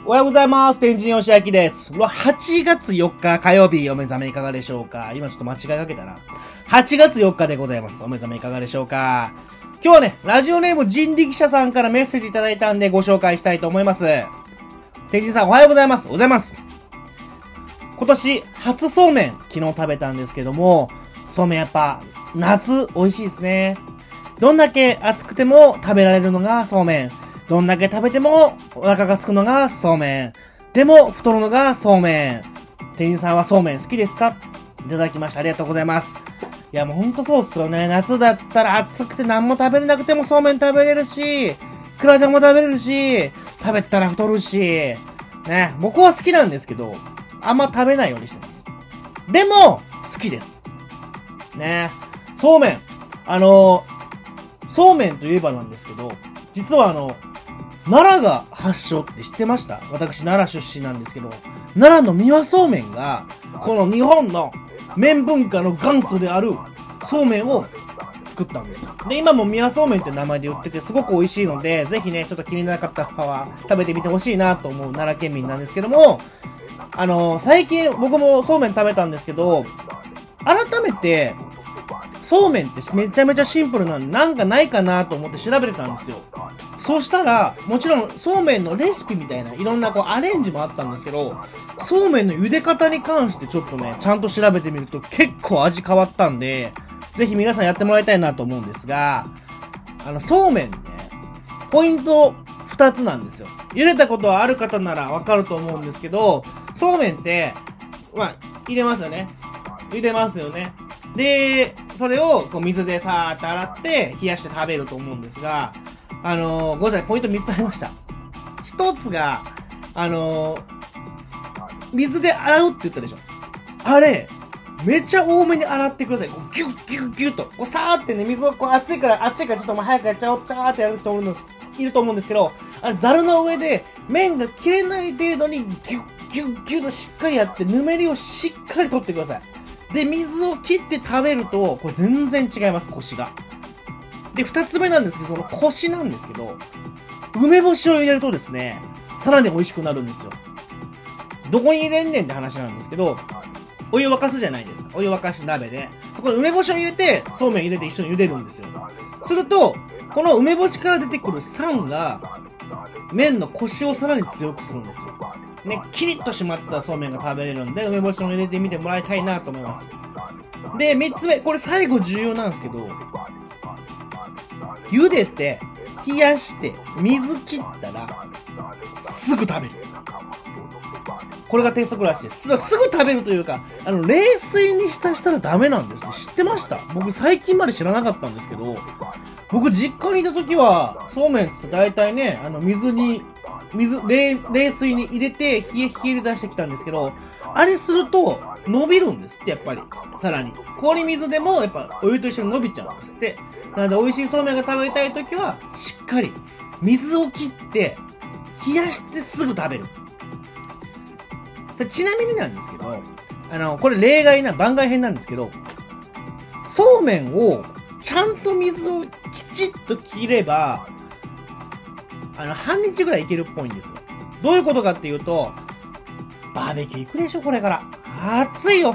おはようございます。天神よしあきです。8月4日火曜日、お目覚めいかがでしょうか。今ちょっと間違いかけたな。8月4日でございます。お目覚めいかがでしょうか。今日はね、ラジオネーム人力車さんからメッセージいただいたんでご紹介したいと思います。天神さんおはようございます。おはようございます。今年初そうめん昨日食べたんですけども、そうめんやっぱ夏美味しいですね。どんだけ暑くても食べられるのがそうめん。どんだけ食べてもお腹が空くのがそうめん。でも太るのがそうめん。店員さんはそうめん好きですか？いただきました。ありがとうございます。いやもうほんとそうっすよね。夏だったら暑くて何も食べれなくてもそうめん食べれるし、いくらでも食べれるし、食べたら太るし、ね、僕は好きなんですけど、あんま食べないようにしてます。でも、好きです。ね、そうめん。そうめんといえばなんですけど、実は奈良が発祥って知ってました？私奈良出身なんですけど、奈良の三輪そうめんがこの日本の麺文化の元祖であるそうめんを作ったんですよ。で今も三輪そうめんって名前で売っててすごく美味しいので、ぜひねちょっと気にならなかった方は食べてみてほしいなと思う奈良県民なんですけども、最近僕もそうめん食べたんですけど、改めてそうめんってめちゃめちゃシンプルなんで、なんかないかなと思って調べてたんですよ。そうしたら、もちろんそうめんのレシピみたいないろんなアレンジもあったんですけど、そうめんの茹で方に関してちょっとね、ちゃんと調べてみると結構味変わったんで、ぜひ皆さんやってもらいたいなと思うんですが、そうめんね、ポイント2つなんですよ。茹でたことはある方ならわかると思うんですけど、そうめんって、入れますよね。茹でますよね。で、それを水でさーって洗って冷やして食べると思うんですが、ごめんなさい、ポイント3つありました。1つが、水で洗うって言ったでしょ。あれ、めっちゃ多めに洗ってください。ギュッギュッギュッと。さーってね、水を熱いからちょっと早くやっちゃおう、チャーってやる人いると思うんですけど、ザルの上で麺が切れない程度にギュッギュッギュッとしっかりやって、ぬめりをしっかり取ってください。で、水を切って食べると、これ全然違います、コシが。で、二つ目なんですけど、そのコシなんですけど、梅干しを入れるとですね、さらに美味しくなるんですよ。どこに入れんねんって話なんですけど、お湯沸かすじゃないですか。お湯沸かし鍋で、そこに梅干しを入れて、そうめん入れて一緒に茹でるんですよ。すると、この梅干しから出てくる酸が、麺のコシをさらに強くするんですよ。ね、キリッと締まったそうめんが食べれるんで、梅干しを入れてみてもらいたいなと思います。で、三つ目、これ最後重要なんですけど、茹でて、冷やして、水切ったら、すぐ食べる。これが鉄則らしいです。すぐ食べるというか、冷水に浸したらダメなんですね。知ってました？僕最近まで知らなかったんですけど、僕実家にいた時は、そうめんって大体ね、冷水に入れて、冷え出してきたんですけど、あれすると、伸びるんですって、やっぱり。さらに。氷水でも、やっぱ、お湯と一緒に伸びちゃうんですって。なので、美味しいそうめんが食べたい時は、しっかり、水を切って、冷やしてすぐ食べる。ちなみになんですけど、これ例外番外編なんですけど、そうめんを、ちゃんと水をきちっと切れば、半日ぐらいいけるっぽいんですよ。どういうことかっていうと、バーベキュー行くでしょ、これから。暑いよ。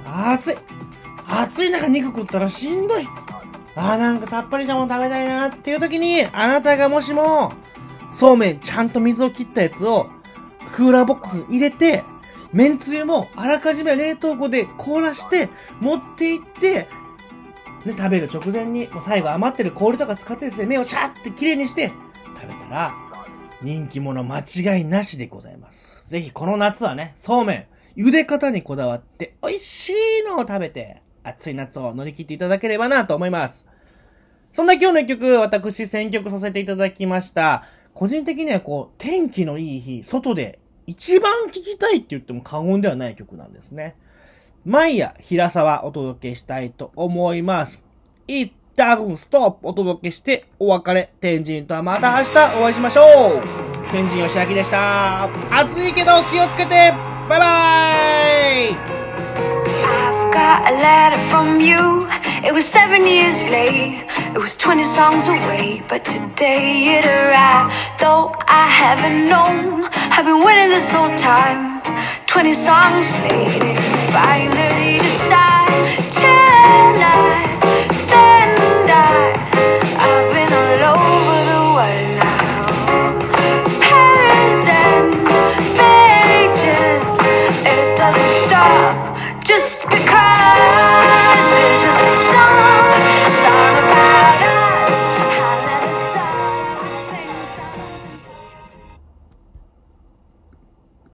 暑い中肉食ったらしんどい。なんかさっぱりしたもの食べたいなっていう時に、あなたがもしも、そうめんちゃんと水を切ったやつを、クーラーボックスに入れて、めんつゆもあらかじめ冷凍庫で凍らして、持って行って、ね、食べる直前に、もう最後余ってる氷とか使ってですね、目をシャーって綺麗にして、食べたら、人気者間違いなしでございます。ぜひこの夏はね、そうめん、茹で方にこだわって、美味しいのを食べて、暑い夏を乗り切っていただければなと思います。そんな今日の一曲、私選曲させていただきました。個人的には天気のいい日、外で一番聴きたいって言っても過言ではない曲なんですね。マイヤ平沢お届けしたいと思います。It doesn't stop お届けしてお別れ。天神とはまた明日お会いしましょう。天神よしあきでした。暑いけど気をつけて。バイバイ。 I've got a letter from you. It was 7 years late. It was 20 songs away, but today it arrived. Though I haven't known I've been waiting this whole time. 20 songs later, finally decide. Tonight, Sendai. I've been all over the world now. Paris and Beijing. It doesn't stop just because